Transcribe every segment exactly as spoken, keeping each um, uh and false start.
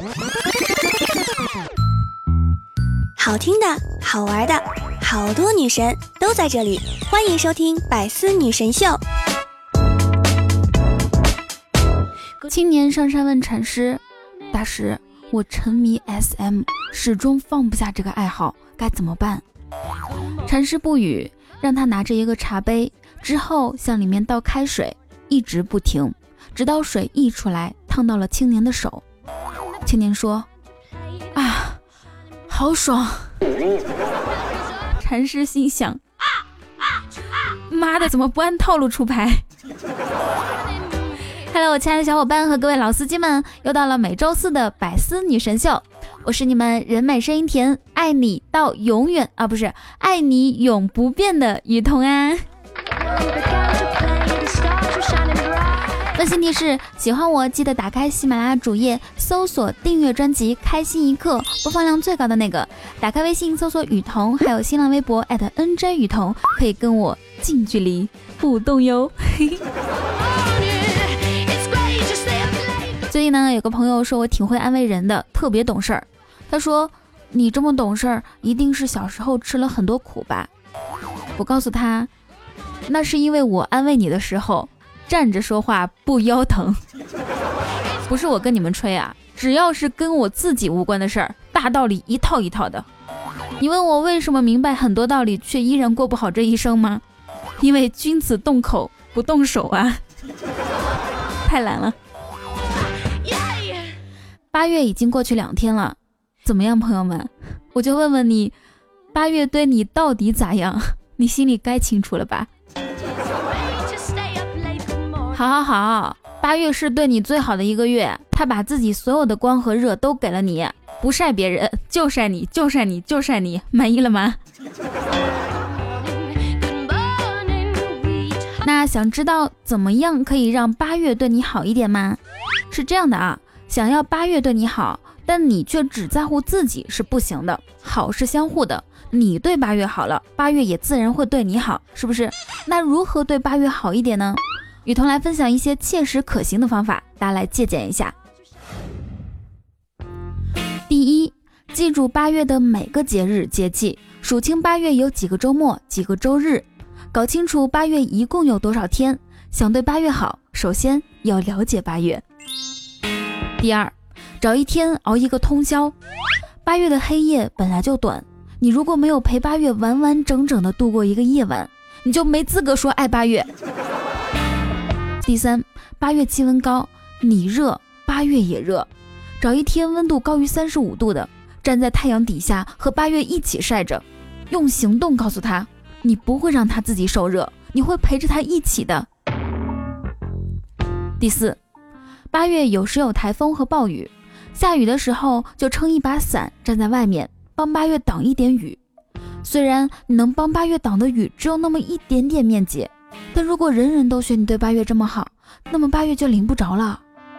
好听的，好玩的，好多女神都在这里，欢迎收听百思女神秀。 青年上山问禅师，大师，我沉迷 S M， 始终放不下这个爱好，该怎么办？禅师不语，让他拿着一个茶杯，之后向里面倒开水，一直不停，直到水溢出来，烫到了青年的手。青年说，啊，好爽。禅师心想，妈的，怎么不按套路出牌？Hello， 我亲爱的小伙伴和各位老司机们，又到了每周四的百思女神秀，我是你们人美声音甜，爱你到永远啊，不是爱你永不变的雨桐啊。温馨提示，喜欢我记得打开喜马拉雅主页，搜索订阅专辑开心一刻，播放量最高的那个，打开微信搜索雨桐，还有新浪微博 at N J 雨桐，可以跟我近距离互动哟。最近呢，有个朋友说我挺会安慰人的，特别懂事儿。他说，你这么懂事儿，一定是小时候吃了很多苦吧？我告诉他，那是因为我安慰你的时候站着说话不腰疼。不是我跟你们吹啊，只要是跟我自己无关的事儿，大道理一套一套的。你问我为什么明白很多道理却依然过不好这一生吗？因为君子动口不动手啊。太懒了。八月已经过去两天了，怎么样朋友们？我就问问你，八月对你到底咋样？你心里该清楚了吧？好好好，八月是对你最好的一个月，他把自己所有的光和热都给了你，不晒别人，就晒你，就晒你，就晒你，满意了吗？那想知道怎么样可以让八月对你好一点吗？是这样的啊，想要八月对你好，但你却只在乎自己是不行的，好是相互的，你对八月好了，八月也自然会对你好，是不是？那如何对八月好一点呢？雨桐来分享一些切实可行的方法，大家来借鉴一下。第一，记住八月的每个节日节气，数清八月有几个周末几个周日，搞清楚八月一共有多少天。想对八月好，首先要了解八月。第二，找一天熬一个通宵。八月的黑夜本来就短，你如果没有陪八月完完整整的度过一个夜晚，你就没资格说爱八月。第三，八月气温高，你热，八月也热，找一天温度高于三十五度的，站在太阳底下和八月一起晒着，用行动告诉他，你不会让他自己受热，你会陪着他一起的。第四，八月有时有台风和暴雨，下雨的时候就撑一把伞站在外面，帮八月挡一点雨。虽然你能帮八月挡的雨只有那么一点点面积，但如果人人都学你对八月这么好，那么八月就淋不着了。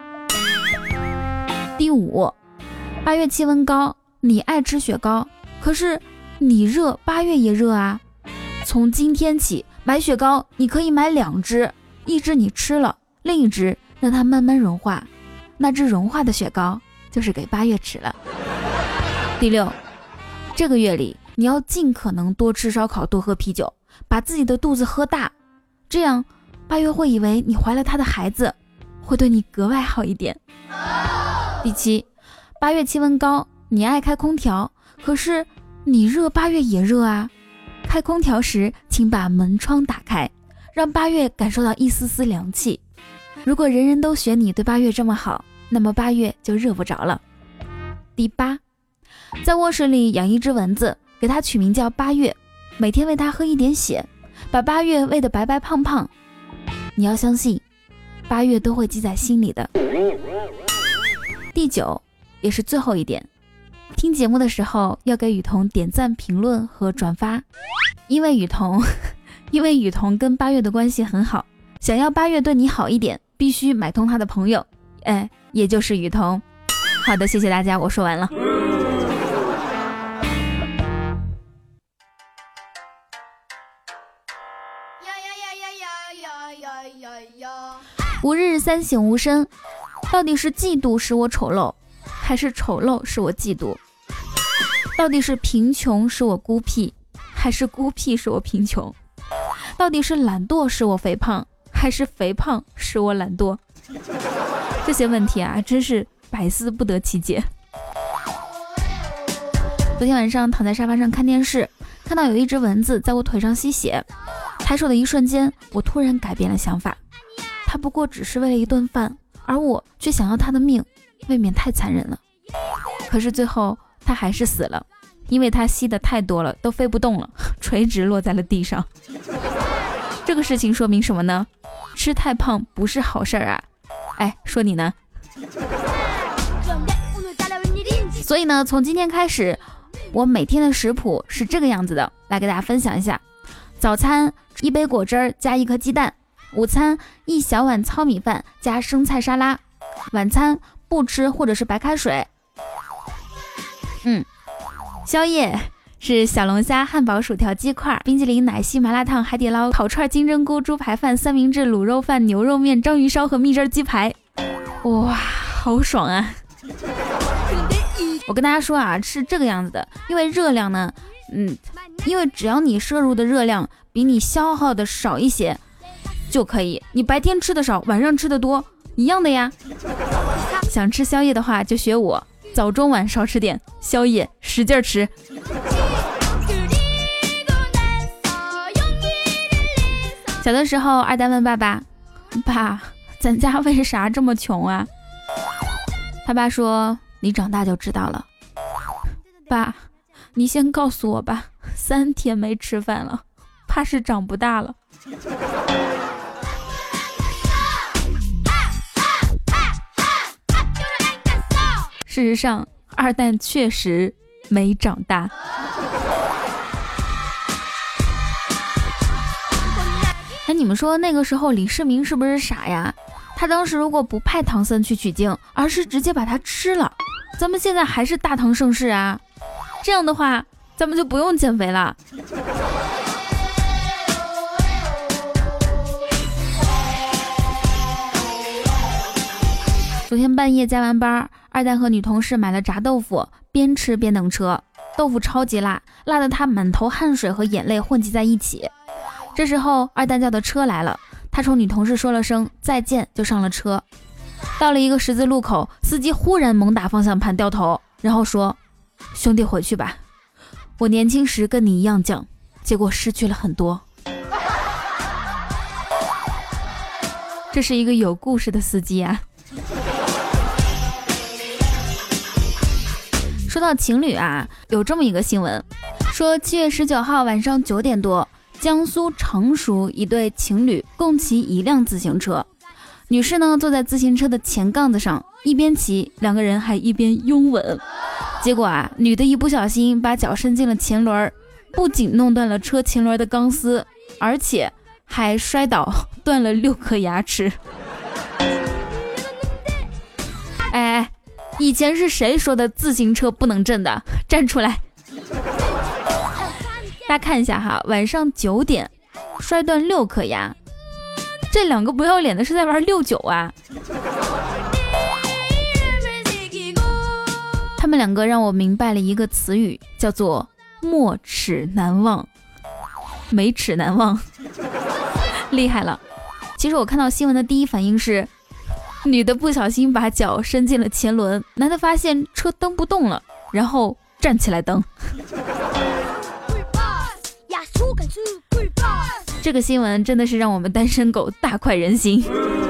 第五，八月气温高，你爱吃雪糕，可是你热，八月也热啊。从今天起买雪糕，你可以买两只，一只你吃了，另一只让它慢慢融化，那只融化的雪糕就是给八月吃了。第六，这个月里你要尽可能多吃烧烤，多喝啤酒，把自己的肚子喝大，这样八月会以为你怀了他的孩子，会对你格外好一点。第七，八月气温高，你爱开空调，可是你热，八月也热啊。开空调时请把门窗打开，让八月感受到一丝丝凉气。如果人人都学你对八月这么好，那么八月就热不着了。第八，在卧室里养一只蚊子，给它取名叫八月，每天喂它喝一点血，把八月喂得白白胖胖。你要相信，八月都会记在心里的。第九，也是最后一点，听节目的时候要给雨桐点赞、评论和转发，因为雨桐因为雨桐跟八月的关系很好，想要八月对你好一点，必须买通他的朋友，哎，也就是雨桐。好的，谢谢大家，我说完了。吾日三省吾身，到底是嫉妒使我丑陋， 还是丑陋使我嫉妒？到底是贫穷使我孤僻，还是孤僻使我贫穷？到底是懒惰使我肥胖，还是肥胖使我懒惰？这些问题啊，真是百思不得其解。昨天晚上躺在沙发上看电视，看到有一只蚊子在我腿上吸血，抬手的一瞬间，我突然改变了想法。它不过只是为了一顿饭，而我却想要它的命，未免太残忍了。可是最后它还是死了，因为它吸的太多了，都飞不动了，垂直落在了地上。这个事情说明什么呢？吃太胖不是好事儿啊！哎，说你呢？所以呢，从今天开始，我每天的食谱是这个样子的，来给大家分享一下。早餐一杯果汁加一颗鸡蛋，午餐一小碗糙米饭加生菜沙拉，晚餐不吃或者是白开水。嗯，宵夜是小龙虾、汉堡、薯条、鸡块、冰淇淋、奶昔、麻辣烫、海底捞、烤串、金针菇、猪排饭、三明治、卤肉饭、牛肉面、章鱼烧和蜜汁鸡排。哇，好爽啊！我跟大家说啊，是这个样子的，因为热量呢，嗯，因为只要你摄入的热量比你消耗的少一些就可以，你白天吃的少，晚上吃的多，一样的呀。想吃宵夜的话就学我，早中晚少吃点，宵夜使劲吃。小的时候，二蛋问爸爸：“爸，咱家为啥这么穷啊？”他爸说：“你长大就知道了。”爸，你先告诉我吧，三天没吃饭了，怕是长不大了。事实上，二蛋确实没长大。哎，你们说那个时候李世民是不是傻呀？他当时如果不派唐僧去取经，而是直接把他吃了，咱们现在还是大唐盛世啊。这样的话，咱们就不用减肥了。昨天半夜加完班，二蛋和女同事买了炸豆腐，边吃边等车。豆腐超级辣，辣得他满头汗水和眼泪混集在一起。这时候二蛋叫的车来了，他冲女同事说了声再见，就上了车。到了一个十字路口，司机忽然猛打方向盘，掉头，然后说：“兄弟回去吧，我年轻时跟你一样犟，结果失去了很多。”这是一个有故事的司机啊。说到情侣啊，有这么一个新闻，说七月十九号晚上九点多，江苏常熟一对情侣共骑一辆自行车，女士呢坐在自行车的前杠子上，一边骑，两个人还一边拥吻。结果啊，女的一不小心把脚伸进了前轮，不仅弄断了车前轮的钢丝，而且还摔倒断了六颗牙齿。哎，以前是谁说的自行车不能震的？站出来！大家看一下哈，晚上九点摔断六颗牙，这两个不要脸的是在玩六九啊！他们两个让我明白了一个词语，叫做没齿难忘，没齿难忘，厉害了。其实我看到新闻的第一反应是，女的不小心把脚伸进了前轮，男的发现车蹬不动了，然后站起来蹬。这个新闻真的是让我们单身狗大快人心。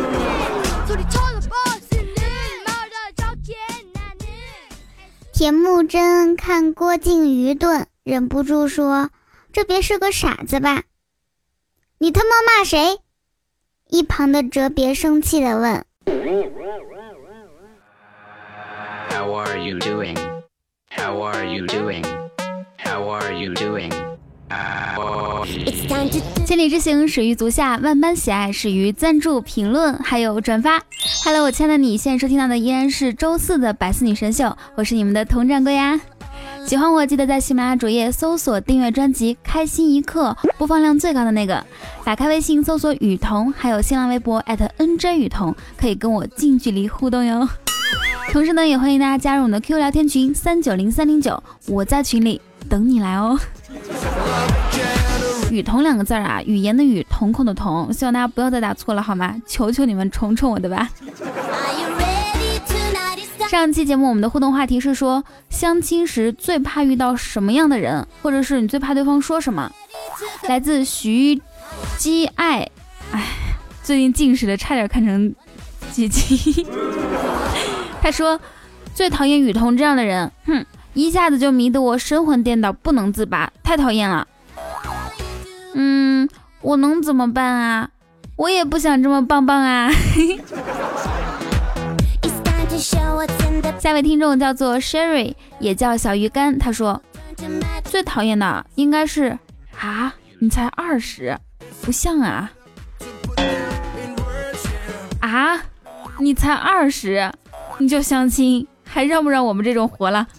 田木真看郭靖愚钝，忍不住说：“这别是个傻子吧？你他妈骂谁？”一旁的哲别生气地问。How are you doing? How are you doing? How are you doing? 千里之行始于足下，万般喜爱始于赞助、评论还有转发。Hello， 我亲爱的你，现在收听到的依然是周四的百思女神秀，我是你们的佟掌柜呀。喜欢我记得在喜马拉雅主页搜索订阅专辑开心一刻，播放量最高的那个。打开微信搜索雨桐，还有新浪微博 at N J 雨桐，可以跟我近距离互动哟。 同时呢，也欢迎大家加入我们的 Q Q 聊天群三九零三零九，我在群里等你来哦。雨桐两个字啊，语言的语，瞳孔的瞳，希望大家不要再打错了好吗？求求你们宠宠我的吧。上期节目我们的互动话题是说，相亲时最怕遇到什么样的人，或者是你最怕对方说什么。来自徐基爱，哎，最近近视的差点看成鸡鸡。他说最讨厌雨桐这样的人，哼，一下子就迷得我神魂颠倒，不能自拔，太讨厌了。嗯，我能怎么办啊？我也不想这么棒棒啊。下位听众叫做 Sherry， 也叫小鱼干，他说最讨厌的应该是啊，你才二十，不像啊。啊，你才二十，你就相亲，还让不让我们这种活了？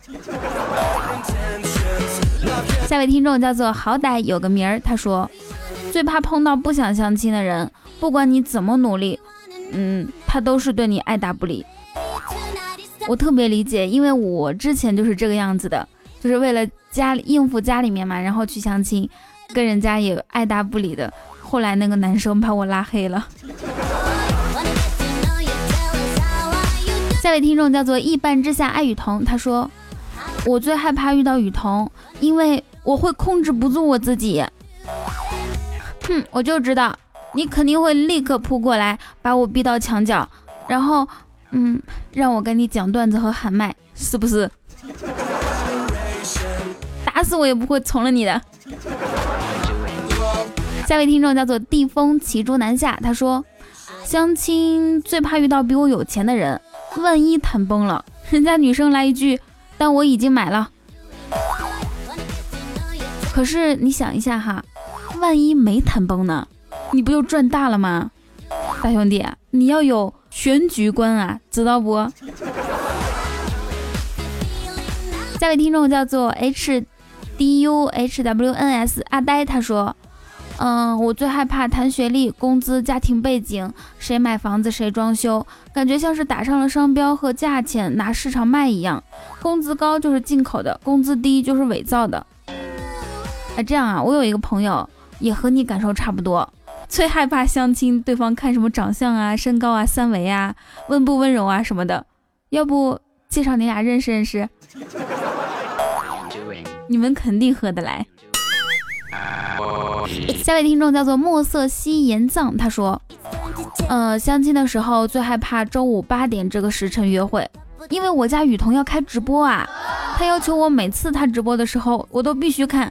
下位听众叫做好歹有个名儿，他说最怕碰到不想相亲的人，不管你怎么努力，嗯，他都是对你爱答不理。我特别理解，因为我之前就是这个样子的，就是为了家里应付家里面嘛，然后去相亲，跟人家也爱答不理的，后来那个男生把我拉黑了。下位听众叫做一半之下爱雨桐，他说我最害怕遇到雨桐，因为我会控制不住我自己。哼，我就知道你肯定会立刻扑过来把我逼到墙角，然后嗯，让我跟你讲段子和喊麦，是不是？打死我也不会从了你的。下位听众叫做地风骑猪南下，他说相亲最怕遇到比我有钱的人，万一谈崩了，人家女生来一句但我已经买了。可是你想一下哈，万一没谈崩呢，你不就赚大了吗？大兄弟，你要有全局观啊，知道不？下位听众叫做 H D U H W N S 阿呆，他说嗯，我最害怕谈学历、工资、家庭背景，谁买房子谁装修，感觉像是打上了商标和价钱拿市场卖一样，工资高就是进口的，工资低就是伪造的。啊，这样啊，我有一个朋友也和你感受差不多，最害怕相亲对方看什么长相啊、身高啊、三围啊、温不温柔啊什么的，要不介绍你俩认识认识，你们肯定合得来。下位听众叫做墨色西岩藏，他说呃，相亲的时候最害怕周五八点这个时辰约会，因为我家雨桐要开直播啊，他要求我每次他直播的时候我都必须看。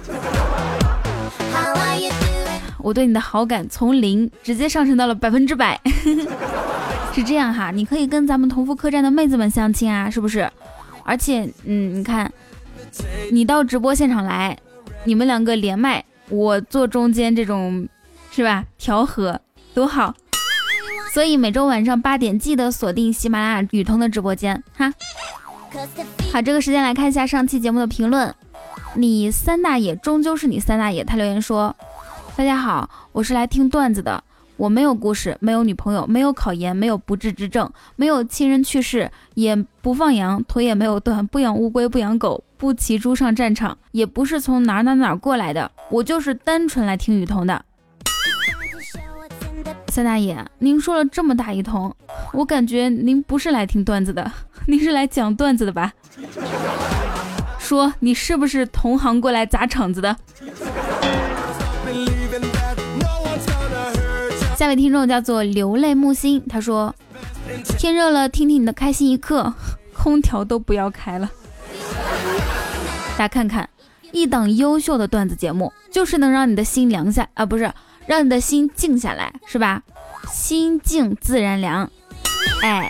我对你的好感从零直接上升到了百分之百。是这样哈，你可以跟咱们同福客栈的妹子们相亲啊，是不是？而且嗯，你看你到直播现场来，你们两个连麦，我坐中间，这种是吧，调和多好。所以每周晚上八点记得锁定喜马拉雅雨桐的直播间哈。好，这个时间来看一下上期节目的评论。你三大爷终究是你三大爷，他留言说大家好，我是来听段子的，我没有故事，没有女朋友，没有考研，没有不治之症，没有亲人去世，也不放羊，腿也没有断，不养乌龟，不养狗，不骑猪上战场，也不是从哪儿哪儿哪儿过来的，我就是单纯来听雨桐的。三大爷，您说了这么大一通，我感觉您不是来听段子的，您是来讲段子的吧？说你是不是同行过来砸场子的？下位听众叫做流泪木星，他说天热了，听听你的开心一刻，空调都不要开了。大家看看，一档优秀的段子节目就是能让你的心凉下啊，不是让你的心静下来，是吧？心静自然凉。哎，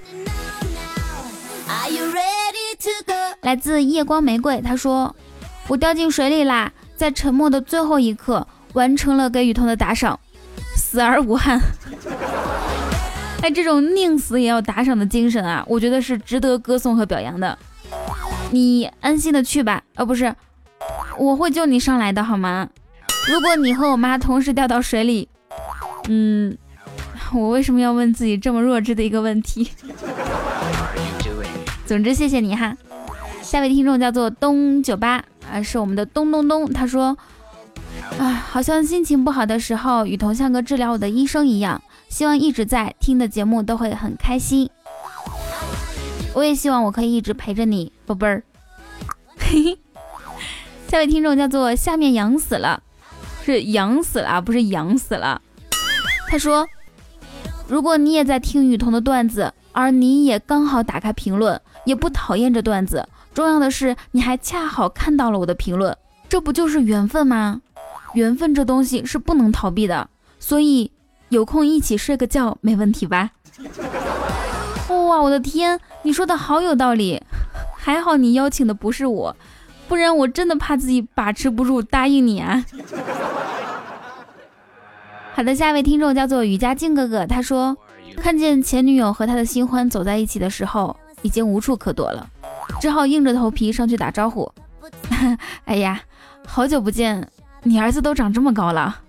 来自夜光玫瑰，他说我掉进水里啦，在沉默的最后一刻完成了给雨桐的打赏，死而无憾。哎，这种宁死也要打赏的精神啊，我觉得是值得歌颂和表扬的。你安心的去吧，呃、哦，不是，我会救你上来的好吗？如果你和我妈同时掉到水里，嗯，我为什么要问自己这么弱智的一个问题？ 总之谢谢你哈。下位听众叫做东九八啊，是我们的东东东，他说啊，好像心情不好的时候，雨桐像个治疗我的医生一样，希望一直在听的节目都会很开心。我也希望我可以一直陪着你，宝贝儿。下位听众叫做下面痒死了，是痒死了，不是痒死了。他说，如果你也在听雨桐的段子，而你也刚好打开评论，也不讨厌这段子，重要的是你还恰好看到了我的评论，这不就是缘分吗？缘分这东西是不能逃避的，所以有空一起睡个觉没问题吧？哇，我的天，你说的好有道理，还好你邀请的不是我，不然我真的怕自己把持不住答应你啊。好的，下一位听众叫做雨家静哥哥，他说看见前女友和他的新欢走在一起的时候，已经无处可躲了，只好硬着头皮上去打招呼。哎呀，好久不见，你儿子都长这么高了。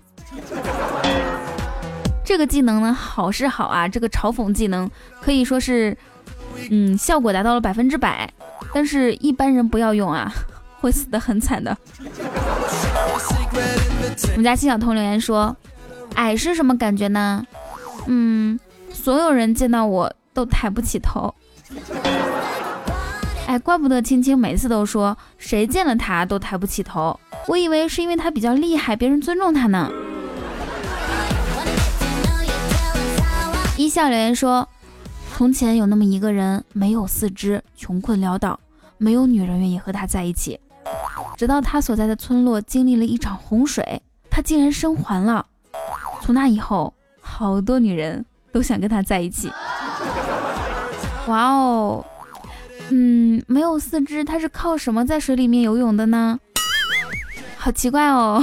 这个技能呢，好是好啊，这个嘲讽技能可以说是嗯，效果达到了百分之百，但是一般人不要用啊，会死得很惨的。我们家七小童留言说，矮是什么感觉呢？嗯，所有人见到我都抬不起头。哎，怪不得青青每次都说谁见了他都抬不起头，我以为是因为他比较厉害，别人尊重他呢。一笑留言说，从前有那么一个人，没有四肢，穷困潦倒，没有女人愿意和他在一起，直到他所在的村落经历了一场洪水，他竟然生还了。从那以后，好多女人都想跟他在一起。哇哦，嗯，没有四肢，他是靠什么在水里面游泳的呢？好奇怪哦。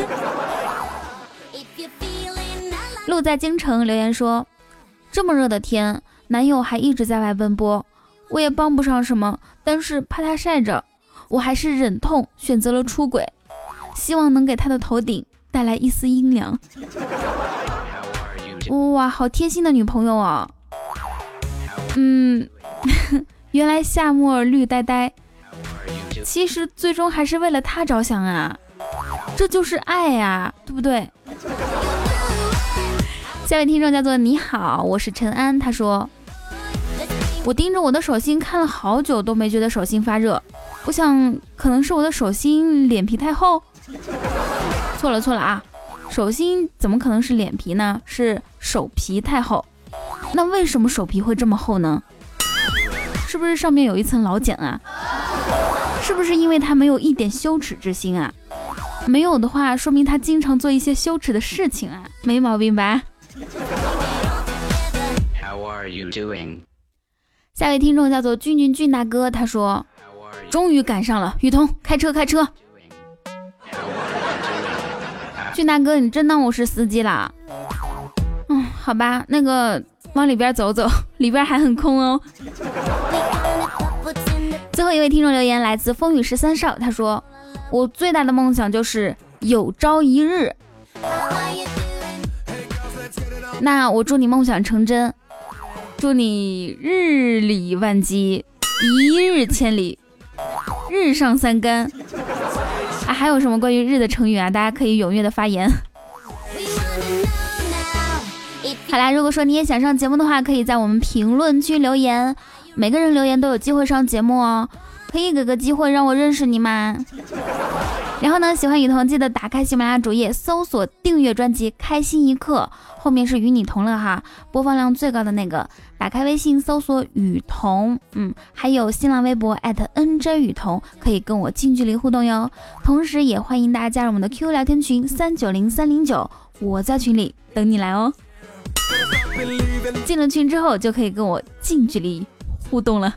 路在京城留言说，这么热的天，男友还一直在外奔波，我也帮不上什么，但是怕他晒着，我还是忍痛选择了出轨，希望能给他的头顶带来一丝阴凉。哇，好贴心的女朋友啊！嗯，原来夏末绿呆呆，其实最终还是为了他着想啊，这就是爱啊，对不对？下位听众叫做你好，我是陈安，他说，我盯着我的手心看了好久都没觉得手心发热，我想可能是我的手心脸皮太厚。错了错了啊，手心怎么可能是脸皮呢？是手皮太厚。那为什么手皮会这么厚呢？是不是上面有一层老茧啊？是不是因为他没有一点羞耻之心啊？没有的话，说明他经常做一些羞耻的事情啊，没毛病吧？ How are you doing? 下位听众叫做俊俊俊大哥，他说，终于赶上了，雨桐开车开车。俊大哥，你真当我是司机啦？嗯，好吧，那个往里边走走，里边还很空哦。最后一位听众留言来自风雨十三少，他说，我最大的梦想就是有朝一日。那我祝你梦想成真，祝你日理万机，一日千里，日上三竿。啊，还有什么关于日的成语啊？大家可以踊跃的发言。好啦，如果说你也想上节目的话，可以在我们评论区留言，每个人留言都有机会上节目哦，可以给个机会让我认识你吗？然后呢，喜欢雨桐记得打开喜马拉雅主页，搜索订阅专辑开心一刻，后面是与你同乐哈，播放量最高的那个。打开微信搜索雨桐，嗯，还有新浪微博 at N J 雨桐，可以跟我近距离互动哟。同时也欢迎大家加入我们的 Q Q 聊天群三九零三零九，我在群里等你来哦。进了群之后就可以跟我近距离互动了。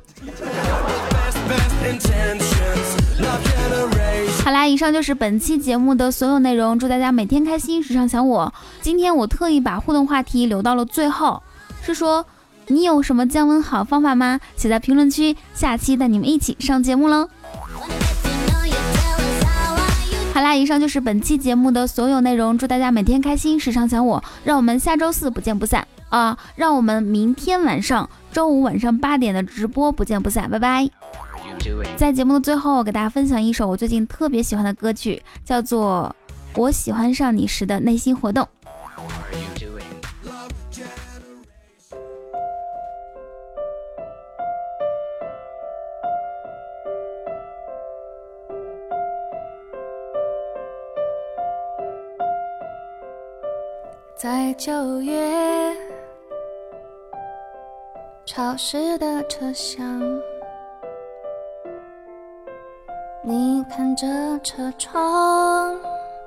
好啦，以上就是本期节目的所有内容，祝大家每天开心，时常想我。今天我特意把互动话题留到了最后，是说你有什么降温好方法吗？写在评论区，下期带你们一起上节目喽。好啦，以上就是本期节目的所有内容，祝大家每天开心，时常想我，让我们下周四不见不散啊！让我们明天晚上周五晚上八点的直播不见不散，拜拜。在节目的最后，给大家分享一首我最近特别喜欢的歌曲，叫做《我喜欢上你时的内心活动》。 在九月潮湿的车厢，你看着车窗，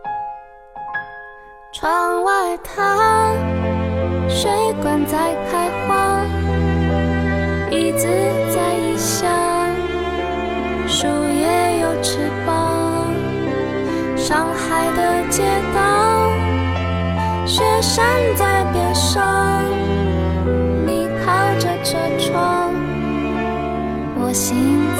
窗外它水管在开花，椅子在异乡，树叶有翅膀，上海的街道，雪山在边上，你靠着车窗，我心